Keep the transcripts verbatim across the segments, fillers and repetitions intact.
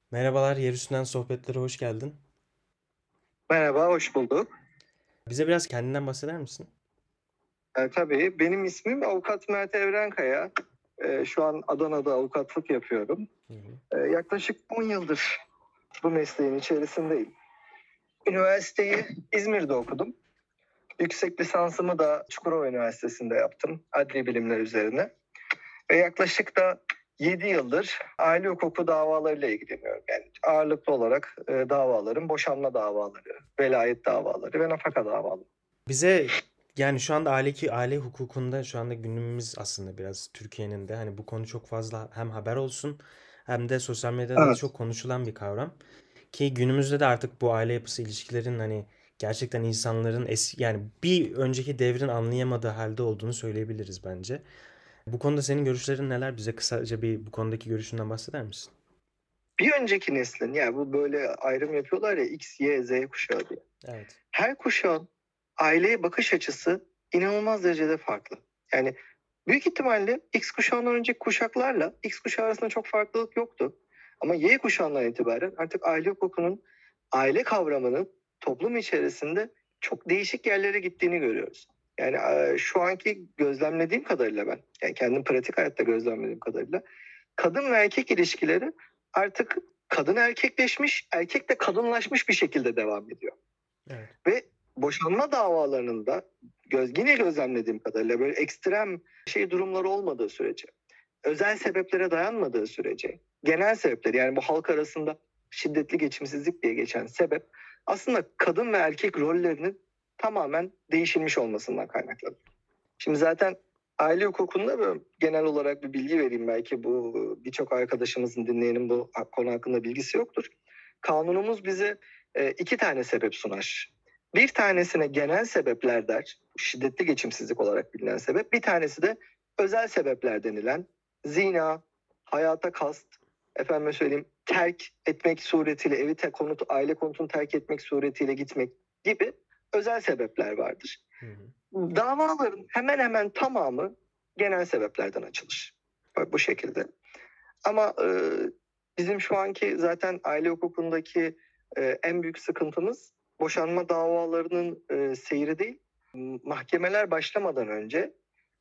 Merhabalar, Yer Üstünden Sohbetlere hoş geldin. Merhaba, hoş bulduk. Bize biraz kendinden bahseder misin? E, tabii, benim ismim Avukat Mert Evrenkaya. E, şu an Adana'da avukatlık yapıyorum. Hı hı. E, yaklaşık on yıldır bu mesleğin içerisindeyim. Üniversiteyi İzmir'de okudum. Yüksek lisansımı da Çukurova Üniversitesi'nde yaptım, adli bilimler üzerine. Ve yaklaşık da yedi yıldır aile hukuku davalarıyla ilgileniyorum. Yani ağırlıklı olarak e, davaların boşanma davaları, velayet davaları ve nafaka davaları. Bize yani şu anda aile, aile hukukunda şu anda gündemimiz aslında biraz Türkiye'nin de hani bu konu çok fazla hem haber olsun hem de sosyal medyada da Evet. çok konuşulan bir kavram. Ki günümüzde de artık bu aile yapısı ilişkilerin hani gerçekten insanların es yani bir önceki devrin anlayamadığı halde olduğunu söyleyebiliriz bence. Bu konuda senin görüşlerin neler? Bize kısaca bir bu konudaki görüşünden bahseder misin? Bir önceki neslin, yani bu böyle ayrım yapıyorlar ya, X, Y, Z kuşağı diye. Evet. Her kuşağın aileye bakış açısı inanılmaz derecede farklı. Yani büyük ihtimalle X kuşağından önceki kuşaklarla X kuşağı arasında çok farklılık yoktu. Ama Y kuşağından itibaren artık aile hukukunun, aile kavramının toplum içerisinde çok değişik yerlere gittiğini görüyoruz. Yani e, şu anki gözlemlediğim kadarıyla ben, yani kendim pratik hayatta gözlemlediğim kadarıyla kadın ve erkek ilişkileri artık kadın erkekleşmiş, erkek de kadınlaşmış bir şekilde devam ediyor. Evet. Ve boşanma davalarının da göz, yine gözlemlediğim kadarıyla böyle ekstrem şey durumları olmadığı sürece, özel sebeplere dayanmadığı sürece, genel sebepleri, yani bu halk arasında şiddetli geçimsizlik diye geçen sebep aslında kadın ve erkek rollerinin tamamen değişilmiş olmasından kaynaklanıyor. Şimdi zaten aile hukukunda böyle genel olarak bir bilgi vereyim, belki bu birçok arkadaşımızın, dinleyenin bu konu hakkında bilgisi yoktur. Kanunumuz bize e, iki tane sebep sunar. Bir tanesine genel sebepler der, şiddetli geçimsizlik olarak bilinen sebep. Bir tanesi de özel sebepler denilen zina, hayata kast, efendime söyleyeyim terk etmek suretiyle, evi te konut, aile konutunu terk etmek suretiyle gitmek gibi özel sebepler vardır. Hı hı. Davaların hemen hemen tamamı genel sebeplerden açılır. Bak bu şekilde. Ama e, bizim şu anki zaten aile hukukundaki e, en büyük sıkıntımız boşanma davalarının e, seyri değil. Mahkemeler başlamadan önce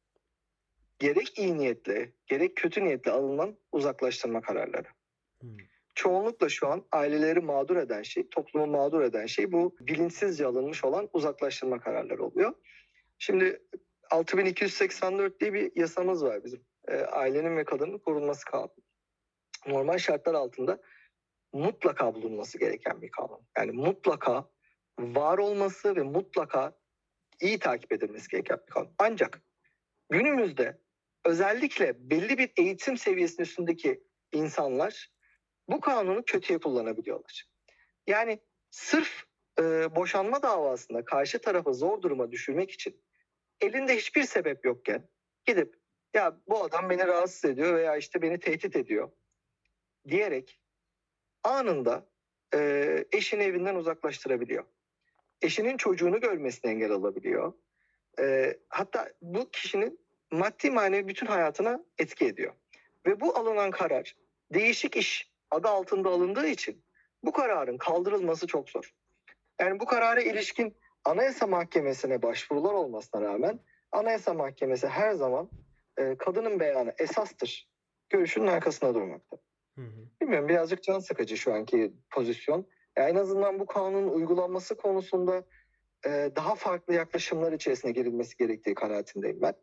gerek iyi niyetle gerek kötü niyetle alınan uzaklaştırma kararları. Hı. Çoğunlukla şu an aileleri mağdur eden şey, toplumu mağdur eden şey bu bilinçsizce alınmış olan uzaklaştırma kararları oluyor. Şimdi altı bin iki yüz seksen dört diye bir yasamız var bizim. E, ailenin ve kadının korunması kanunu. Normal şartlar altında mutlaka bulunması gereken bir kanun. Yani mutlaka var olması ve mutlaka iyi takip edilmesi gereken bir kanun. Ancak günümüzde özellikle belli bir eğitim seviyesinin üstündeki insanlar bu kanunu kötüye kullanabiliyorlar. Yani sırf e, boşanma davasında karşı tarafı zor duruma düşürmek için elinde hiçbir sebep yokken gidip ya bu adam beni rahatsız ediyor veya işte beni tehdit ediyor diyerek anında e, eşini evinden uzaklaştırabiliyor. Eşinin çocuğunu görmesine engel olabiliyor. E, hatta bu kişinin maddi manevi bütün hayatına etki ediyor. Ve bu alınan karar değişik iş adı altında alındığı için bu kararın kaldırılması çok zor. Yani bu karara ilişkin Anayasa Mahkemesi'ne başvurular olmasına rağmen Anayasa Mahkemesi her zaman e, kadının beyanı esastır görüşünün arkasında durmakta. Hı hı. Bilmiyorum, birazcık can sıkıcı şu anki pozisyon. Yani en azından bu kanunun uygulanması konusunda e, daha farklı yaklaşımlar içerisine girilmesi gerektiği kanaatindeyim ben.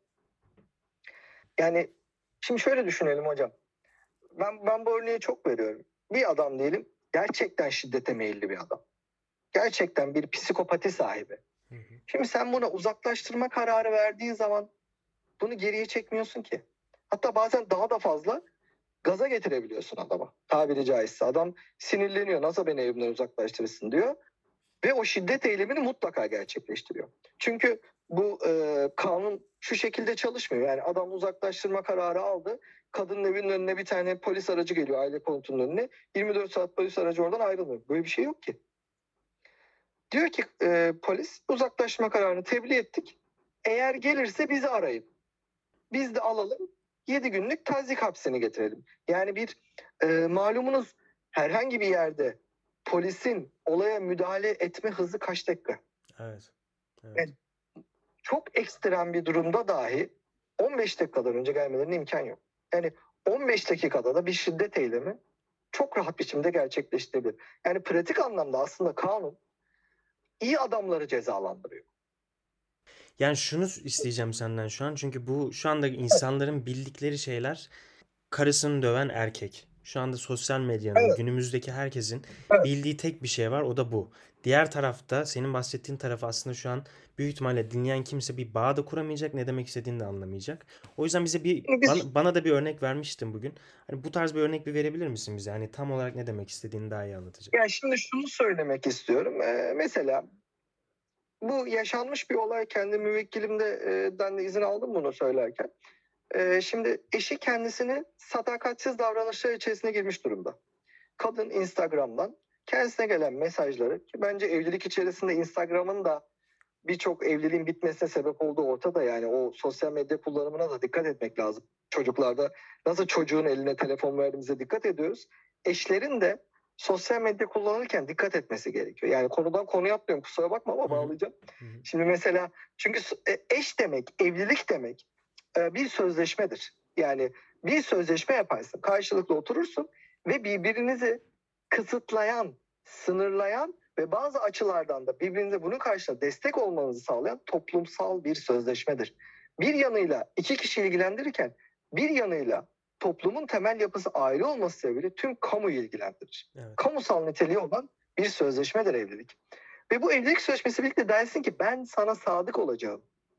Yani şimdi şöyle düşünelim hocam. Ben, ben bu örneği çok veriyorum. Bir adam diyelim gerçekten şiddete meyilli bir adam. Gerçekten bir psikopati sahibi. Hı hı. Şimdi sen buna uzaklaştırma kararı verdiğin zaman bunu geriye çekmiyorsun ki. Hatta bazen daha da fazla gaza getirebiliyorsun adama. Tabiri caizse adam sinirleniyor. Nasıl beni evimden uzaklaştırırsın diyor. Ve o şiddet eylemini mutlaka gerçekleştiriyor. Çünkü bu e, kanun şu şekilde çalışmıyor. Yani adam uzaklaştırma kararı aldı. Kadının evinin önüne bir tane polis aracı geliyor, aile konutunun önüne. yirmi dört saat polis aracı oradan ayrılmıyor. Böyle bir şey yok ki. Diyor ki e, polis uzaklaşma kararını tebliğ ettik. Eğer gelirse bizi arayın. Biz de alalım, yedi günlük tazik hapsini getirelim. Yani bir e, malumunuz herhangi bir yerde polisin olaya müdahale etme hızı kaç dakika? Evet. Evet. Yani çok ekstrem bir durumda dahi on beş dakikadan önce gelmelerine imkan yok. Yani on beş dakikada da bir şiddet eylemi çok rahat biçimde gerçekleştirebilir. Yani pratik anlamda aslında kanun iyi adamları cezalandırıyor. Yani şunu isteyeceğim senden şu an. Çünkü bu şu anda insanların bildikleri şeyler, karısını döven erkek. Şu anda sosyal medyanın, Evet, günümüzdeki herkesin evet. bildiği tek bir şey var, o da bu. Diğer tarafta, senin bahsettiğin taraf aslında şu an büyük ihtimalle dinleyen kimse bir bağ da kuramayacak, ne demek istediğini de anlamayacak. O yüzden bize bir Şimdi biz bana, bana da bir örnek vermiştin bugün. Hani bu tarz bir örnek bir verebilir misin bize? Hani tam olarak ne demek istediğini daha iyi anlatacak. yani şimdi şunu söylemek istiyorum. Ee, mesela bu yaşanmış bir olay. Kendi müvekkilimden de izin aldım bunu söylerken. Ee, şimdi eşi kendisini sadakatsiz davranışlar içerisine girmiş durumda. Kadın Instagram'dan kendisine gelen mesajları, ki bence evlilik içerisinde Instagram'ın da birçok evliliğin bitmesine sebep olduğu ortada. Yani o sosyal medya kullanımına da dikkat etmek lazım. Çocuklarda nasıl çocuğun eline telefon verdiğimize dikkat ediyoruz. Eşlerin de sosyal medya kullanırken dikkat etmesi gerekiyor. Yani konudan konuya atlıyorum, kusura bakma ama Hı hı. bağlayacağım. Hı hı. Şimdi mesela çünkü e, eş demek, evlilik demek e, bir sözleşmedir. Yani bir sözleşme yaparsın, karşılıklı oturursun ve birbirinizi kısıtlayan, sınırlayan ve bazı açılardan da birbirinize bunun karşısında destek olmanızı sağlayan toplumsal bir sözleşmedir. Bir yanıyla iki kişi ilgilendirirken bir yanıyla toplumun temel yapısı aile olması sebebiyle tüm kamuyu ilgilendirir. Evet. Kamusal niteliği olan bir sözleşmedir evlilik. Ve bu evlilik sözleşmesi birlikte dersin ki ben sana sadık olacağım.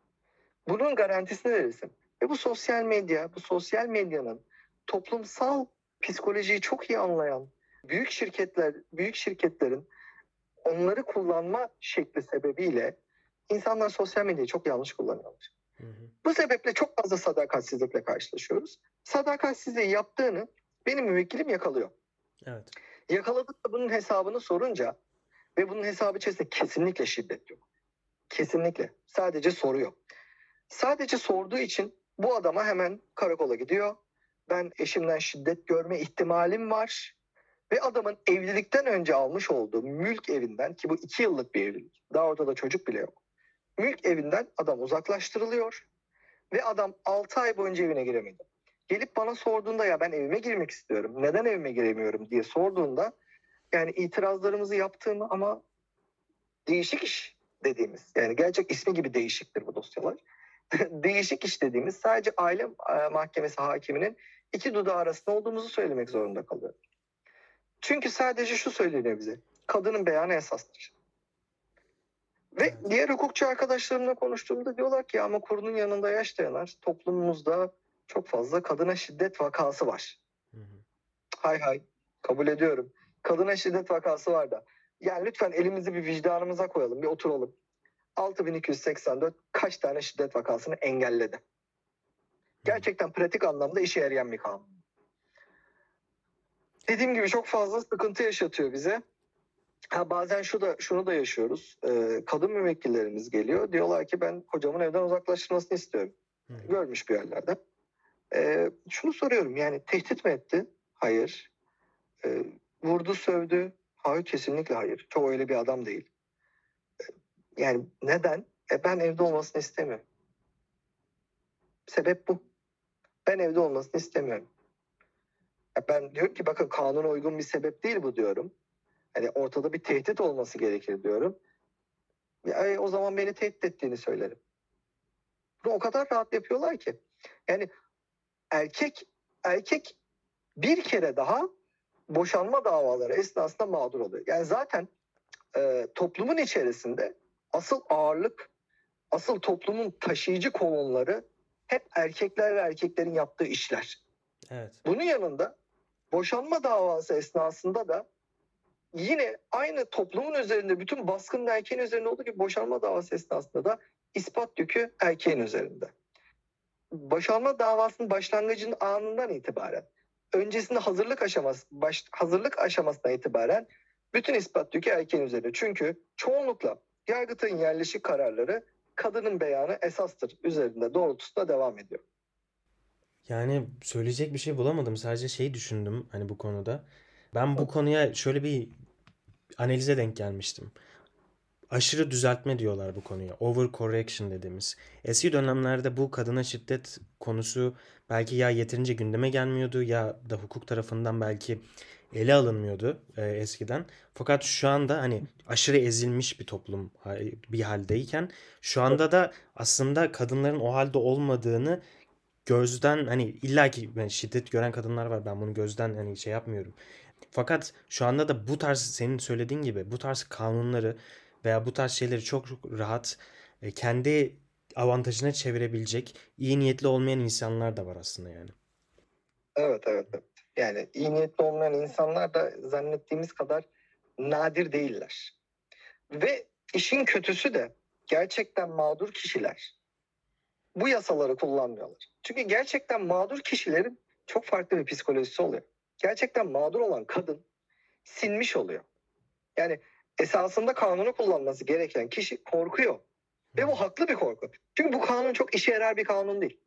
Bunun garantisini verirsin. Ve bu sosyal medya, bu sosyal medyanın toplumsal psikolojiyi çok iyi anlayan büyük şirketler, büyük şirketlerin onları kullanma şekli sebebiyle insanlar sosyal medyayı çok yanlış kullanıyorlar. Hı hı. Bu sebeple çok fazla sadakatsizlikle karşılaşıyoruz. Sadakatsizliği yaptığını benim müvekkilim yakalıyor. Evet. Yakaladık da bunun hesabını sorunca ve bunun hesabı içerisinde kesinlikle şiddet yok. Kesinlikle. Sadece soruyor. Sadece sorduğu için bu adama hemen karakola gidiyor. Ben eşimden şiddet görme ihtimalim var. Ve adamın evlilikten önce almış olduğu mülk evinden, ki bu iki yıllık bir evlilik. Daha ortada çocuk bile yok. Mülk evinden adam uzaklaştırılıyor. Ve adam altı ay boyunca evine giremedi. Gelip bana sorduğunda ya ben evime girmek istiyorum, neden evime giremiyorum diye sorduğunda yani itirazlarımızı yaptığımı ama değişik iş dediğimiz, yani gerçek ismi gibi değişiktir bu dosyalar. Değişik iş dediğimiz sadece aile e, mahkemesi hakiminin iki dudağı arasında olduğumuzu söylemek zorunda kalıyor. Çünkü sadece şu söyleniyor bize. Kadının beyanı esastır. Ve Evet. diğer hukukçu arkadaşlarımla konuştuğumda diyorlar ki ama kurunun yanında yaş dayanar. Toplumumuzda çok fazla kadına şiddet vakası var. Hı hı. Hay hay, kabul ediyorum. Kadına şiddet vakası var da. Yani lütfen elimizi bir vicdanımıza koyalım, bir oturalım. altı bin iki yüz seksen dört kaç tane şiddet vakasını engelledi? Gerçekten pratik anlamda işe yarayan bir kanun. Dediğim gibi çok fazla sıkıntı yaşatıyor bize. Ha, bazen şu da şunu da yaşıyoruz. Ee, kadın müvekkillerimiz geliyor. Diyorlar ki ben kocamın evden uzaklaştırmasını istiyorum. Hı hı. Görmüş bir yerlerde. Ee, şunu soruyorum, yani tehdit mi etti? Hayır. Ee, vurdu, sövdü? Hayır, kesinlikle hayır. Çok öyle bir adam değil. Yani neden? E, ben evde olmasını istemiyorum. Sebep bu. Ben evde olmasını istemiyorum. E, ben diyorum ki bakın kanuna uygun bir sebep değil bu diyorum. Hani ortada bir tehdit olması gerekir diyorum. E, o zaman beni tehdit ettiğini söylerim. Bunu o kadar rahat yapıyorlar ki. Yani erkek erkek bir kere daha boşanma davaları esnasında mağdur oluyor. Yani zaten e, toplumun içerisinde asıl ağırlık, asıl toplumun taşıyıcı kolonları hep erkekler ve erkeklerin yaptığı işler. Evet. Bunun yanında boşanma davası esnasında da yine aynı toplumun üzerinde bütün baskının erkeğin üzerinde olduğu gibi boşanma davası esnasında da ispat yükü erkeğin üzerinde. Boşanma davasının başlangıcının anından itibaren, öncesinde hazırlık aşaması, baş, hazırlık aşamasına itibaren bütün ispat yükü erkeğin üzerinde. Çünkü çoğunlukla Yargıtay'ın yerleşik kararları kadının beyanı esastır üzerinde doğrultusunda devam ediyor. Yani söyleyecek bir şey bulamadım. Sadece şey düşündüm hani bu konuda. Ben bu konuya şöyle bir analize denk gelmiştim. Aşırı düzeltme diyorlar bu konuya. Overcorrection dediğimiz. Eski dönemlerde bu kadına şiddet konusu belki ya yeterince gündeme gelmiyordu ya da hukuk tarafından belki ele alınmıyordu e, eskiden. Fakat şu anda hani aşırı ezilmiş bir toplum ha- bir haldeyken şu anda da aslında kadınların o halde olmadığını gözden hani illaki ben şiddet gören kadınlar var. Ben bunu gözden hani şey yapmıyorum. Fakat şu anda da bu tarz senin söylediğin gibi bu tarz kanunları veya bu tarz şeyleri çok çok rahat e, kendi avantajına çevirebilecek iyi niyetli olmayan insanlar da var aslında yani. Evet, evet, evet. Yani iyi niyetli olmayan insanlar da zannettiğimiz kadar nadir değiller. Ve işin kötüsü de gerçekten mağdur kişiler bu yasaları kullanmıyorlar. Çünkü gerçekten mağdur kişilerin çok farklı bir psikolojisi oluyor. Gerçekten mağdur olan kadın sinmiş oluyor. Yani esasında kanunu kullanması gereken kişi korkuyor. Ve bu haklı bir korku. Çünkü bu kanun çok işe yarar bir kanun değil.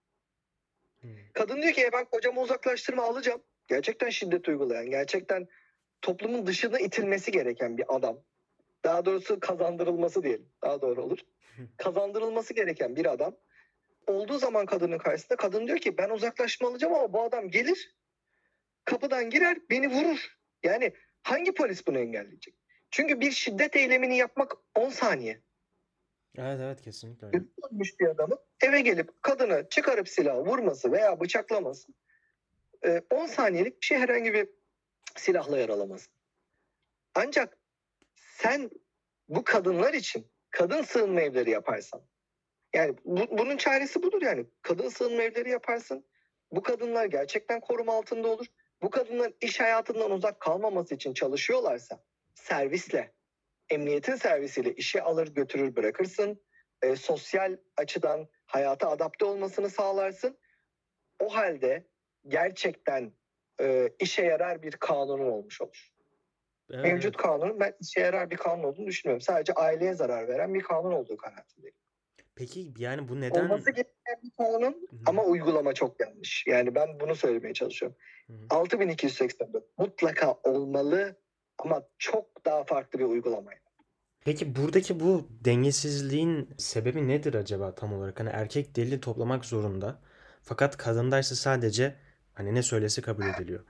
Kadın diyor ki e ben kocamı uzaklaştırma alacağım. Gerçekten şiddet uygulayan, gerçekten toplumun dışına itilmesi gereken bir adam. Daha doğrusu kazandırılması diyelim. Daha doğru olur. Kazandırılması gereken bir adam. Olduğu zaman kadının karşısında kadın diyor ki ben uzaklaşma alacağım ama bu adam gelir, kapıdan girer, beni vurur. Yani hangi polis bunu engelleyecek? Çünkü bir şiddet eylemini yapmak on saniye. Evet evet kesinlikle öyle. Ölmüş bir adamın eve gelip kadını çıkarıp silahı vurması veya bıçaklaması on saniyelik bir şey, herhangi bir silahla yaralaması. Ancak sen bu kadınlar için kadın sığınma evleri yaparsan, yani bu, bunun çaresi budur yani. Kadın sığınma evleri yaparsın. Bu kadınlar gerçekten koruma altında olur. Bu kadınlar iş hayatından uzak kalmaması için çalışıyorlarsa servisle, emniyetin servisiyle işe alır götürür bırakırsın. E, sosyal açıdan hayata adapte olmasını sağlarsın. O halde gerçekten e, işe yarar bir kanunun olmuş olur. Evet, Mevcut evet. kanunun ben işe yarar bir kanun olduğunu düşünmüyorum. Sadece aileye zarar veren bir kanun olduğu kanaatindeyim. Peki yani bu neden? Olması gereken bir kanun Hı-hı. ama uygulama çok yanlış. Yani ben bunu söylemeye çalışıyorum. Hı-hı. altı bin iki yüz seksen dört mutlaka olmalı ama çok daha farklı bir uygulamayla. Peki buradaki bu dengesizliğin sebebi nedir acaba tam olarak? Hani erkek delil toplamak zorunda. Fakat kadındaysa sadece hani ne söylese kabul ediliyor.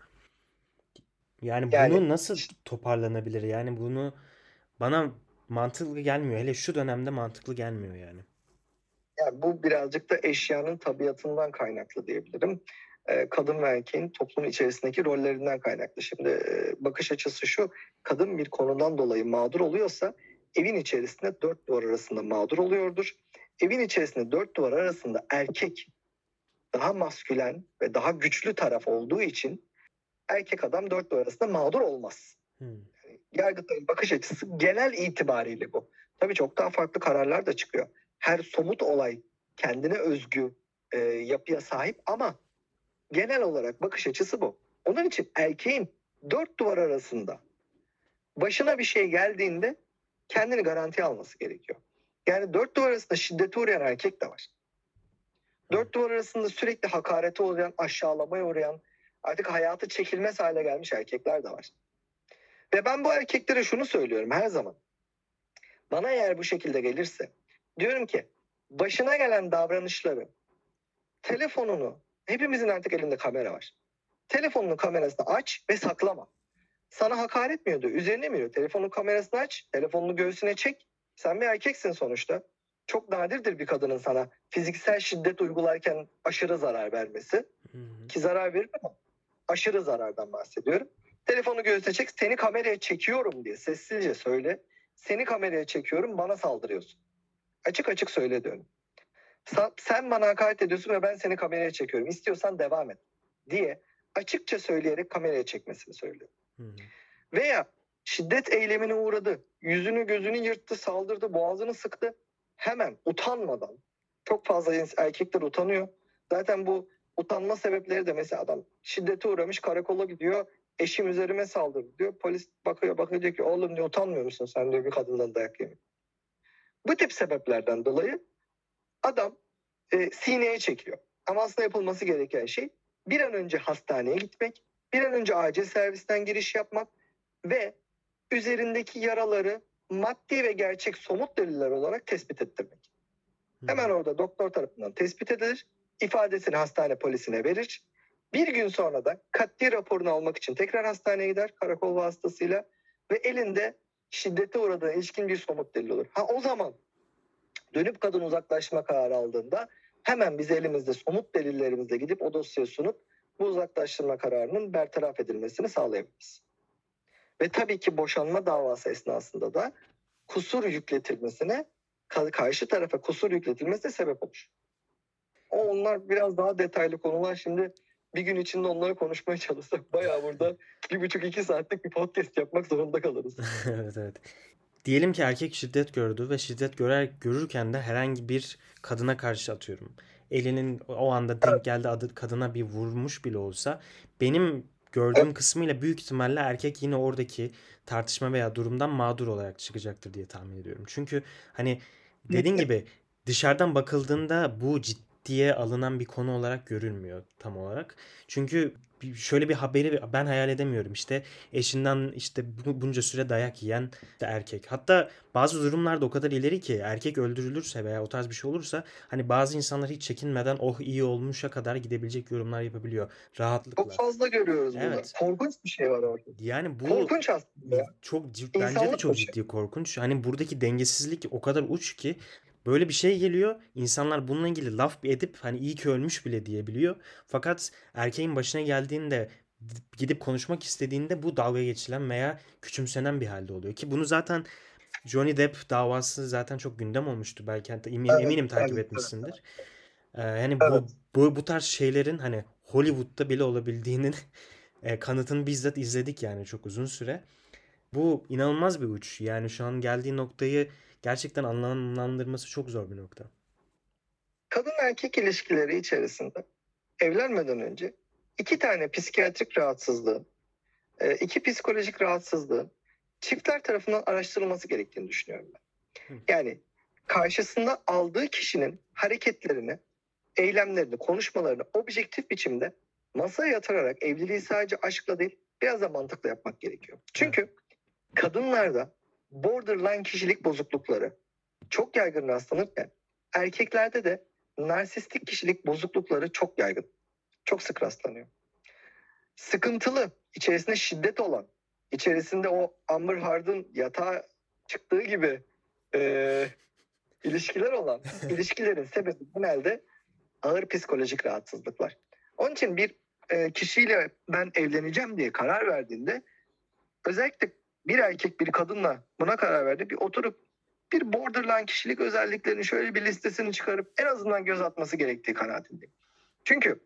Yani Yani bunu nasıl toparlanabilir? Yani bunu bana mantıklı gelmiyor. Hele şu dönemde mantıklı gelmiyor yani. Yani bu birazcık da eşyanın tabiatından kaynaklı diyebilirim. Ee, kadın ve erkeğin toplum içerisindeki rollerinden kaynaklı. Şimdi e, bakış açısı şu: kadın bir konudan dolayı mağdur oluyorsa evin içerisinde dört duvar arasında mağdur oluyordur. Evin içerisinde dört duvar arasında erkek daha maskülen ve daha güçlü taraf olduğu için erkek adam dört duvar arasında mağdur olmaz. Hmm. Yargıtay'ın bakış açısı genel itibariyle bu. Tabii çok daha farklı kararlar da çıkıyor. Her somut olay kendine özgü e, yapıya sahip ama genel olarak bakış açısı bu. Onun için erkeğin dört duvar arasında başına bir şey geldiğinde kendini garantiye alması gerekiyor. Yani dört duvar arasında şiddete uğrayan erkek de var. Dört duvar arasında sürekli hakarete uğrayan, aşağılamaya uğrayan, artık hayatı çekilmez hale gelmiş erkekler de var. Ve ben bu erkeklere şunu söylüyorum her zaman. Bana eğer bu şekilde gelirse diyorum ki başına gelen davranışları, telefonunu, hepimizin artık elinde kamera var. Telefonunun kamerasını aç ve saklama. Sana hakaret mi ediyor? Üzerine mi ediyor? Telefonun kamerasını aç, telefonunu göğsüne çek. Sen bir erkeksin sonuçta. Çok nadirdir bir kadının sana fiziksel şiddet uygularken aşırı zarar vermesi. Hı hı. Ki zarar verir ama aşırı zarardan bahsediyorum. Telefonu göğsüne çek, seni kameraya çekiyorum diye sessizce söyle. Seni kameraya çekiyorum, bana saldırıyorsun. Açık açık söyle diyorum. Sen bana hakaret ediyorsun ve ben seni kameraya çekiyorum. İstiyorsan devam et diye açıkça söyleyerek kameraya çekmesini söylüyorum. Hı hı. Veya şiddet eylemine uğradı. Yüzünü gözünü yırttı, saldırdı, boğazını sıktı. Hemen utanmadan, çok fazla erkekler utanıyor. Zaten bu utanma sebepleri de mesela adam şiddete uğramış, karakola gidiyor. Eşim üzerime saldırdı diyor. Polis bakıyor bakıyor diyor ki oğlum diyor, utanmıyor musun sen diyor bir kadından dayak yemek. Bu tip sebeplerden dolayı adam e, sineye çekiyor. Ama aslında yapılması gereken şey bir an önce hastaneye gitmek, Bir an önce acil servisten giriş yapmak ve üzerindeki yaraları maddi ve gerçek somut deliller olarak tespit ettirmek. Hemen orada doktor tarafından tespit edilir, ifadesini hastane polisine verir. Bir gün sonra da katli raporunu almak için tekrar hastaneye gider karakol vasıtasıyla ve elinde şiddete uğradığına ilişkin bir somut delil olur. Ha o zaman dönüp kadın uzaklaşma kararı aldığında hemen biz elimizde somut delillerimizle gidip o dosyayı sunup bu uzaklaştırma kararının bertaraf edilmesini sağlayabiliriz. Ve tabii ki boşanma davası esnasında da kusur yükletilmesine, karşı tarafa kusur yükletilmesine sebep olur. O onlar biraz daha detaylı konular. Şimdi bir gün içinde onları konuşmaya çalışsak bayağı burada bir buçuk iki saatlik bir podcast yapmak zorunda kalırız. Evet evet. Diyelim ki erkek şiddet gördü ve şiddet görer, görürken de herhangi bir kadına karşı atıyorum. Elinin o anda denk geldi adı kadına bir vurmuş bile olsa benim gördüğüm kısmıyla büyük ihtimalle erkek yine oradaki tartışma veya durumdan mağdur olarak çıkacaktır diye tahmin ediyorum. Çünkü hani dediğin gibi dışarıdan bakıldığında bu ciddiye alınan bir konu olarak görülmüyor tam olarak. Çünkü şöyle bir haberi ben hayal edemiyorum. İşte eşinden işte bunca süre dayak yiyen de erkek. Hatta bazı durumlarda o kadar ileri ki erkek öldürülürse veya o tarz bir şey olursa hani bazı insanlar hiç çekinmeden oh iyi olmuşa kadar gidebilecek yorumlar yapabiliyor rahatlıkla. Çok fazla görüyoruz bunu. Evet. Korkunç bir şey var orada. Yani bu korkunç aslında. Çok bence de İnsanlık çok dışı. ciddi korkunç. Hani buradaki dengesizlik o kadar uç ki böyle bir şey geliyor. İnsanlar bununla ilgili laf edip hani iyi ki ölmüş bile diyebiliyor. Fakat erkeğin başına geldiğinde gidip konuşmak istediğinde bu dalga geçilen veya küçümsenen bir halde oluyor. Ki bunu zaten Johnny Depp davası zaten çok gündem olmuştu. Belki hatta eminim, Evet, eminim takip evet, etmişsindir. Ee, yani Evet. bu, bu bu tarz şeylerin hani Hollywood'da bile olabildiğinin e, kanıtını bizzat izledik yani çok uzun süre. Bu inanılmaz bir uç. Yani şu an geldiği noktayı gerçekten anlamlandırması çok zor bir nokta. Kadın erkek ilişkileri içerisinde evlenmeden önce iki tane psikiyatrik rahatsızlığın, e, iki psikolojik rahatsızlığın çiftler tarafından araştırılması gerektiğini düşünüyorum ben. Hı. Yani karşısında aldığı kişinin hareketlerini, eylemlerini, konuşmalarını objektif biçimde masaya yatırarak evliliği sadece aşkla değil biraz da mantıkla yapmak gerekiyor. Çünkü evet. Kadınlarda borderline kişilik bozuklukları çok yaygın rastlanırken erkeklerde de narsistik kişilik bozuklukları çok yaygın. Çok sık rastlanıyor. Sıkıntılı, içerisinde şiddet olan, içerisinde o Amber Heard'ın yatağa çıktığı gibi e, ilişkiler olan ilişkilerin sebebi genelde ağır psikolojik rahatsızlıklar. Onun için bir e, kişiyle ben evleneceğim diye karar verdiğinde özellikle bir erkek bir kadınla buna karar verdi. Bir oturup bir borderline kişilik özelliklerinin şöyle bir listesini çıkarıp en azından göz atması gerektiği kanaatindeyim. Çünkü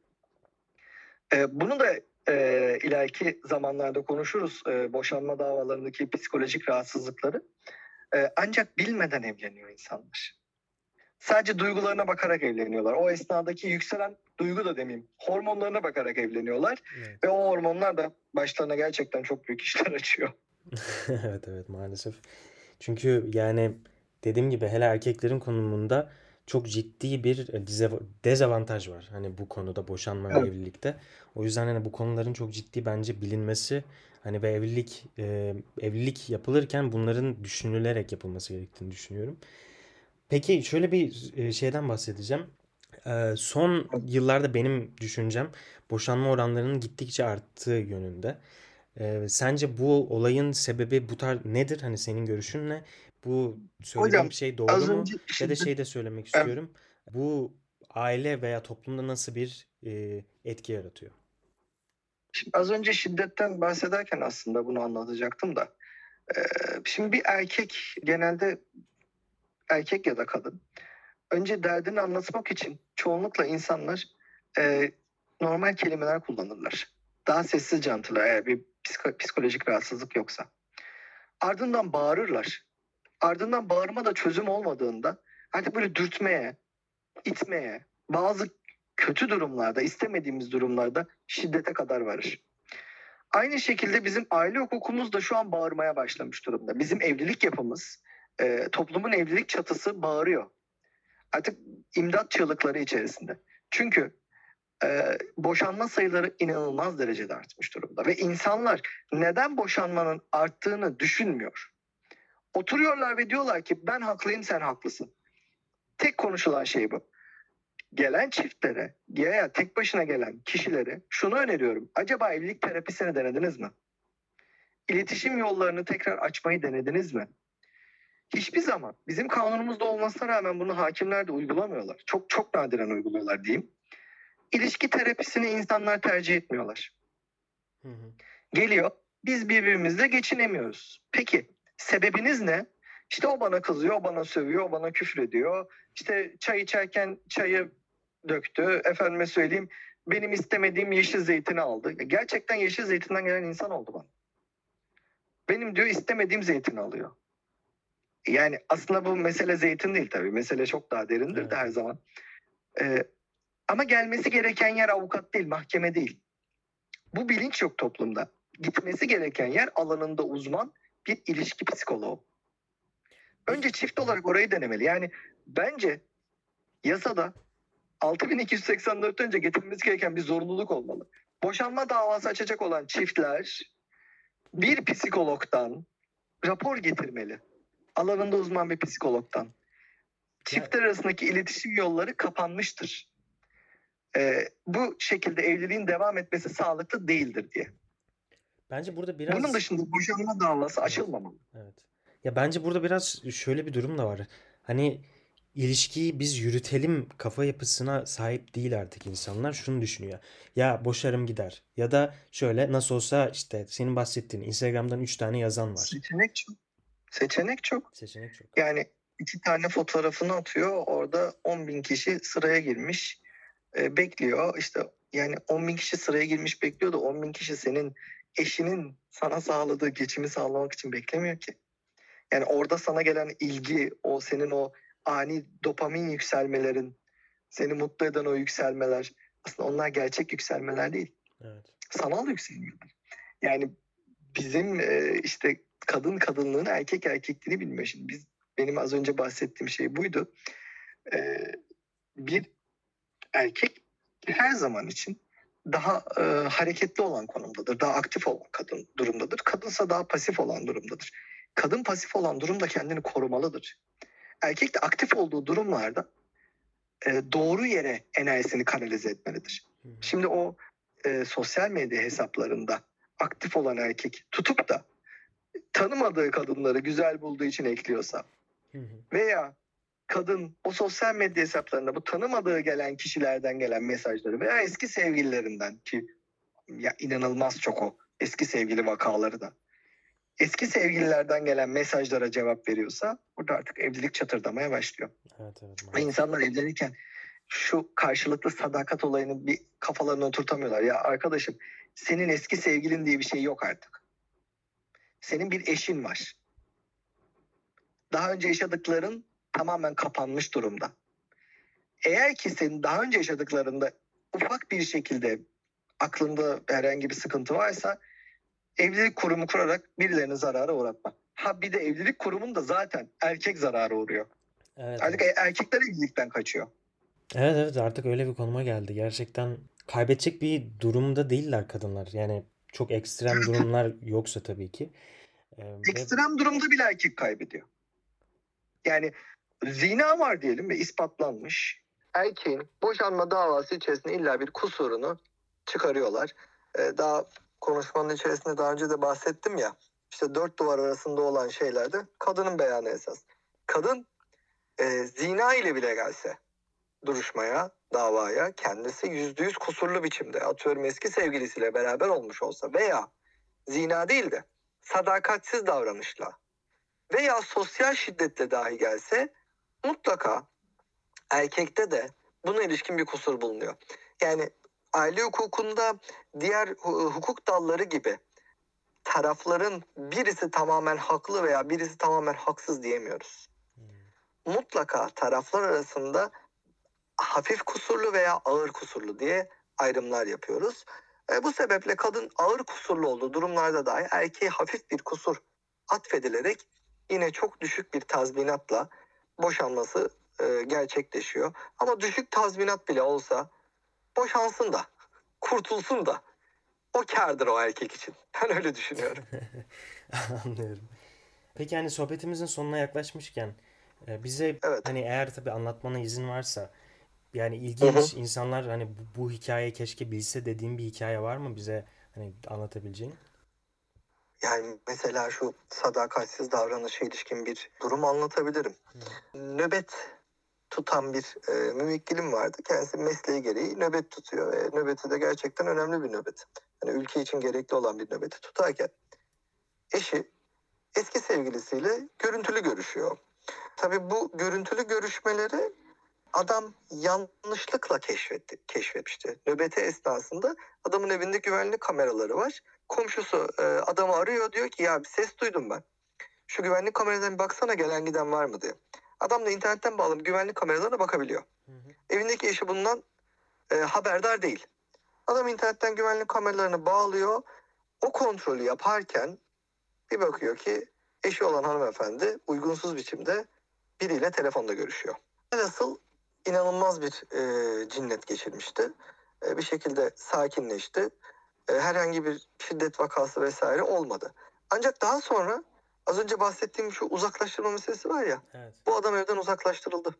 e, bunu da e, ileriki zamanlarda konuşuruz. E, boşanma davalarındaki psikolojik rahatsızlıkları. E, ancak bilmeden evleniyor insanlar. Sadece duygularına bakarak evleniyorlar. O esnadaki yükselen duygu da demeyeyim, hormonlarına bakarak evleniyorlar. Evet. Ve o hormonlar da başlarına gerçekten çok büyük işler açıyor. evet evet maalesef. Çünkü yani dediğim gibi hele erkeklerin konumunda çok ciddi bir dezavantaj var. Hani bu konuda boşanma ve evet. evlilikte. O yüzden hani bu konuların çok ciddi bence bilinmesi hani ve evlilik e, evlilik yapılırken bunların düşünülerek yapılması gerektiğini düşünüyorum. Peki şöyle bir şeyden bahsedeceğim. Ee, son yıllarda benim düşüncem boşanma oranlarının gittikçe arttığı yönünde. Ee, sence bu olayın sebebi bu tarz nedir? Hani senin görüşün ne? Bu söylediğim Hocam, şey doğru mu? önce Ya da şey de söylemek istiyorum. Evet. Bu aile veya toplumda nasıl bir e, etki yaratıyor? Şimdi az önce şiddetten bahsederken aslında bunu anlatacaktım da. Ee, şimdi bir erkek genelde erkek ya da kadın önce derdini anlatmak için çoğunlukla insanlar e, normal kelimeler kullanırlar. Daha sessizce anlatırlar eğer bir psiko- psikolojik rahatsızlık yoksa. Ardından bağırırlar. Ardından bağırma da çözüm olmadığında artık böyle dürtmeye, itmeye, bazı kötü durumlarda, istemediğimiz durumlarda şiddete kadar varır. Aynı şekilde bizim aile hukukumuz da şu an bağırmaya başlamış durumda. Bizim evlilik yapımız, e, toplumun evlilik çatısı bağırıyor. Artık imdat çığlıkları içerisinde. Çünkü e, boşanma sayıları inanılmaz derecede artmış durumda. Ve insanlar neden boşanmanın arttığını düşünmüyor. Oturuyorlar ve diyorlar ki ben haklıyım, sen haklısın. Tek konuşulan şey bu. Gelen çiftlere veya tek başına gelen kişilere şunu öneriyorum. Acaba evlilik terapisini denediniz mi? İletişim yollarını tekrar açmayı denediniz mi? Hiçbir zaman bizim kanunumuzda olmasına rağmen bunu hakimler de uygulamıyorlar. Çok çok nadiren uyguluyorlar diyeyim. İlişki terapisini insanlar tercih etmiyorlar. Hı hı. Geliyor, biz birbirimizle geçinemiyoruz. Peki sebebiniz ne? İşte o bana kızıyor, o bana sövüyor, o bana küfür ediyor. İşte çay içerken çayı döktü. Efendime söyleyeyim, benim istemediğim yeşil zeytini aldı. Gerçekten yeşil zeytinden gelen insan oldu bana. Benim diyor istemediğim zeytini alıyor. Yani aslında bu mesele zeytin değil tabii. Mesele çok daha derindir Evet. de her zaman. Ee, ama gelmesi gereken yer avukat değil, mahkeme değil. Bu bilinç yok toplumda. Gitmesi gereken yer alanında uzman bir ilişki psikoloğu. Önce çift olarak orayı denemeli. Yani bence yasada altı bin iki yüz seksen dört önce getirilmesi gereken bir zorunluluk olmalı. Boşanma davası açacak olan çiftler bir psikologdan rapor getirmeli. Alanında uzman bir psikologdan. Çiftler arasındaki iletişim yolları kapanmıştır. Ee, bu şekilde evliliğin devam etmesi sağlıklı değildir diye. Bence burada biraz... Bunun dışında boşanma davası Evet. açılmamalı. Evet. Ya bence burada biraz şöyle bir durum da var. Hani ilişkiyi biz yürütelim kafa yapısına sahip değil artık insanlar. Şunu düşünüyor. Ya boşarım gider. Ya da şöyle nasıl olsa işte senin bahsettiğin Instagram'dan üç tane yazan var. Seçenek çok. Seçenek çok. Seçenek çok. Yani iki tane fotoğrafını atıyor. Orada on bin kişi sıraya girmiş. E, bekliyor. İşte yani on bin kişi sıraya girmiş bekliyor da on bin kişi senin eşinin sana sağladığı geçimi sağlamak için beklemiyor ki. Yani orada sana gelen ilgi, o senin o ani dopamin yükselmelerin, seni mutlu eden o yükselmeler, aslında onlar gerçek yükselmeler değil. Evet. Sanal yükselmeler. Yani bizim e, işte kadın kadınlığını, erkek erkekliğini bilmiyor. Şimdi biz, benim az önce bahsettiğim şey buydu. E, bir erkek her zaman için daha e, hareketli olan konumdadır. Daha aktif olan kadın durumdadır. Kadınsa daha pasif olan durumdadır. Kadın pasif olan durumda kendini korumalıdır. Erkek de aktif olduğu durumlarda e, doğru yere enerjisini kanalize etmelidir. Hı hı. Şimdi o e, sosyal medya hesaplarında aktif olan erkek tutup da tanımadığı kadınları güzel bulduğu için ekliyorsa Hı hı. veya kadın o sosyal medya hesaplarında bu tanımadığı gelen kişilerden gelen mesajları veya eski sevgililerinden, ki ya inanılmaz çok o eski sevgili vakaları da, eski sevgililerden gelen mesajlara cevap veriyorsa burada artık evlilik çatırdamaya başlıyor. Evet, evet, Ve insanlar evlenirken şu karşılıklı sadakat olayını bir kafalarına oturtamıyorlar. Ya arkadaşım, senin eski sevgilin diye bir şey yok artık. Senin bir eşin var. Daha önce yaşadıkların tamamen kapanmış durumda. Eğer ki senin daha önce yaşadıklarında ufak bir şekilde aklında herhangi bir sıkıntı varsa evlilik kurumu kurarak birilerini zarara uğratma. Ha bir de evlilik kurumunda zaten erkek zarara uğruyor. Evet, Artık evet. erkekler evlilikten kaçıyor. Evet, evet, artık öyle bir konuma geldi. Gerçekten kaybedecek bir durumda değiller kadınlar. Yani çok ekstrem durumlar yoksa tabii ki. Ee, ve Ekstrem durumda bile erkek kaybediyor. Yani zina var diyelim ve ispatlanmış. Erkeğin boşanma davası içerisinde illa bir kusurunu çıkarıyorlar. Ee, daha konuşmanın içerisinde daha önce de bahsettim ya. İşte dört duvar arasında olan şeylerde kadının beyanı esas. Kadın e, zina ile bile gelse duruşmaya, davaya, kendisi yüzde yüz kusurlu biçimde, atıyorum eski sevgilisiyle beraber olmuş olsa veya zina değil de sadakatsiz davranışla veya sosyal şiddetle dahi gelse mutlaka erkekte de buna ilişkin bir kusur bulunuyor. Yani aile hukukunda diğer hukuk dalları gibi tarafların birisi tamamen haklı veya birisi tamamen haksız diyemiyoruz. Hmm. Mutlaka taraflar arasında hafif kusurlu veya ağır kusurlu diye ayrımlar yapıyoruz. E, bu sebeple kadın ağır kusurlu olduğu durumlarda dahi erkeğe hafif bir kusur atfedilerek yine çok düşük bir tazminatla boşanması e, gerçekleşiyor. Ama düşük tazminat bile olsa boşansın da, kurtulsun da. O kârdır o erkek için. Ben öyle düşünüyorum. Anlıyorum. Peki hani sohbetimizin sonuna yaklaşmışken e, bize Evet. hani eğer tabii anlatmana izin varsa yani Hı hı. ilginç insanlar hani bu, bu hikaye keşke bilse dediğin bir hikaye var mı bize hani anlatabileceğin? Yani mesela şu sadakatsiz davranışa ilişkin bir durum anlatabilirim. Hı hı. Nöbet tutan bir e, müvekkilim vardı. Kendisi mesleği gereği nöbet tutuyor. E, nöbeti de gerçekten önemli bir nöbet. Hani ülke için gerekli olan bir nöbeti tutarken eşi eski sevgilisiyle görüntülü görüşüyor. Tabii bu görüntülü görüşmeleri adam yanlışlıkla keşfetti, keşfetmişti. Nöbeti esnasında adamın evinde güvenlik kameraları var. Komşusu e, adamı arıyor, diyor ki ya bir ses duydum ben. Şu güvenlik kameradan bir baksana, gelen giden var mı diye. Adam da internetten bağlanıp güvenlik kameralarına bakabiliyor. Hı hı. Evindeki eşi bundan e, haberdar değil. Adam internetten güvenlik kameralarını bağlıyor. O kontrolü yaparken bir bakıyor ki eşi olan hanımefendi uygunsuz biçimde biriyle telefonda görüşüyor. Nasıl inanılmaz bir e, cinnet geçirmişti. E, bir şekilde sakinleşti. E, herhangi bir şiddet vakası vesaire olmadı. Ancak daha sonra az önce bahsettiğim şu uzaklaştırma meselesi var ya. Evet. Bu adam evden uzaklaştırıldı.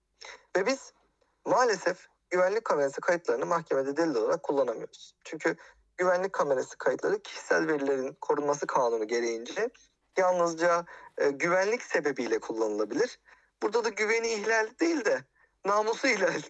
Ve biz maalesef güvenlik kamerası kayıtlarını mahkemede delil olarak kullanamıyoruz. Çünkü güvenlik kamerası kayıtları kişisel verilerin korunması kanunu gereğince yalnızca e, güvenlik sebebiyle kullanılabilir. Burada da güveni ihlal değil de namusu ihlal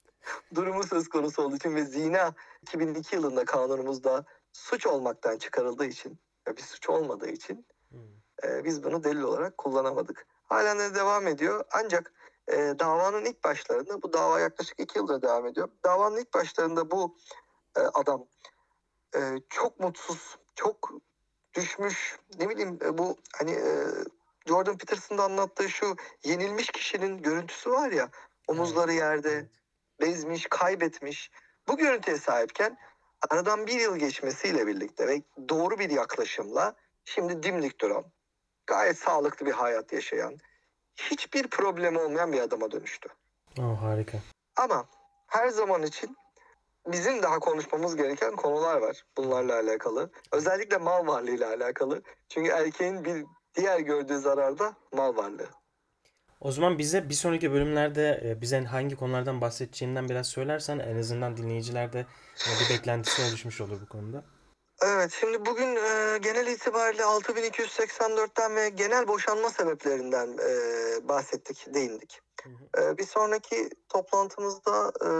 durumu söz konusu olduğu için ve zina iki bin iki yılında kanunumuzda suç olmaktan çıkarıldığı için ve bir suç olmadığı için Hı. e, biz bunu delil olarak kullanamadık. Halen de devam ediyor. Ancak e, davanın ilk başlarında, bu dava yaklaşık iki yıldır devam ediyor. Davanın ilk başlarında bu e, adam e, çok mutsuz, çok düşmüş, ne bileyim e, bu hani e, Jordan Peterson'da anlattığı şu yenilmiş kişinin görüntüsü var ya, omuzları Evet. yerde, Evet. bezmiş, kaybetmiş. Bu görüntüye sahipken aradan bir yıl geçmesiyle birlikte ve doğru bir yaklaşımla şimdi dimdik duran, gayet sağlıklı bir hayat yaşayan, hiçbir problemi olmayan bir adama dönüştü. Oh, harika. Ama her zaman için bizim daha konuşmamız gereken konular var bunlarla alakalı. Özellikle mal varlığıyla alakalı. Çünkü erkeğin bir diğer gördüğü zarar da mal varlığı. O zaman bize bir sonraki bölümlerde e, bize hangi konulardan bahsedeceğinden biraz söylersen en azından dinleyicilerde hani bir beklentisi oluşmuş olur bu konuda. Evet, şimdi bugün e, genel itibariyle altı bin iki yüz seksen dörtten ve genel boşanma sebeplerinden e, bahsettik, değindik. Hı hı. E, bir sonraki toplantımızda e,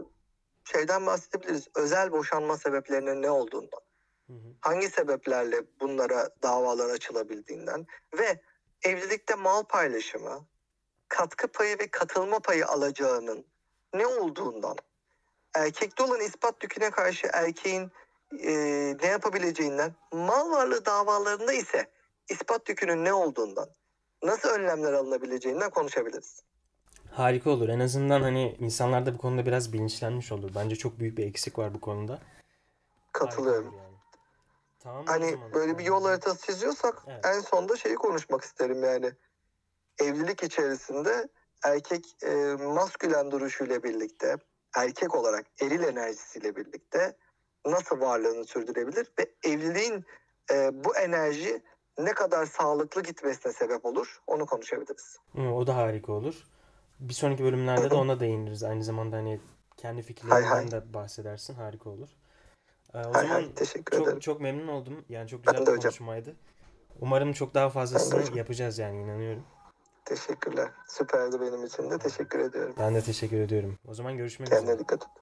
şeyden bahsedebiliriz. Özel boşanma sebeplerinin ne olduğundan, Hı hı. hangi sebeplerle bunlara davalar açılabildiğinden ve evlilikte mal paylaşımı, katkı payı ve katılma payı alacağının ne olduğundan, erkekte olan ispat yüküne karşı erkeğin e, ne yapabileceğinden, mal varlığı davalarında ise ispat yükünün ne olduğundan, nasıl önlemler alınabileceğinden konuşabiliriz. Harika olur. En azından hani insanlar da bu konuda biraz bilinçlenmiş olur. Bence çok büyük bir eksik var bu konuda. Harika olur Katılıyorum. yani. Tamamdır o Hani zaman. böyle bir yol Ee, haritası çiziyorsak evet. en sonda şeyi konuşmak isterim yani. Evlilik içerisinde erkek e, maskülen duruşuyla birlikte, erkek olarak eril enerjisiyle birlikte nasıl varlığını sürdürebilir ve evliliğin e, bu enerji ne kadar sağlıklı gitmesine sebep olur, onu konuşabiliriz. Hı, o da harika olur. Bir sonraki bölümlerde de ona değiniriz. Aynı zamanda hani kendi Hay hay, fikirlerinden de bahsedersin. Harika olur. Ee, o hay hay, zaman teşekkür çok ederim. çok memnun oldum. Yani çok güzel Ben bir de hocam, konuşmaydı. Umarım çok daha ben de fazlasını hocam. yapacağız yani inanıyorum. Teşekkürler. Süperdi benim için de. Süper. Teşekkür ediyorum. Ben de teşekkür ediyorum. O zaman görüşmek Kendine üzere. dikkat et.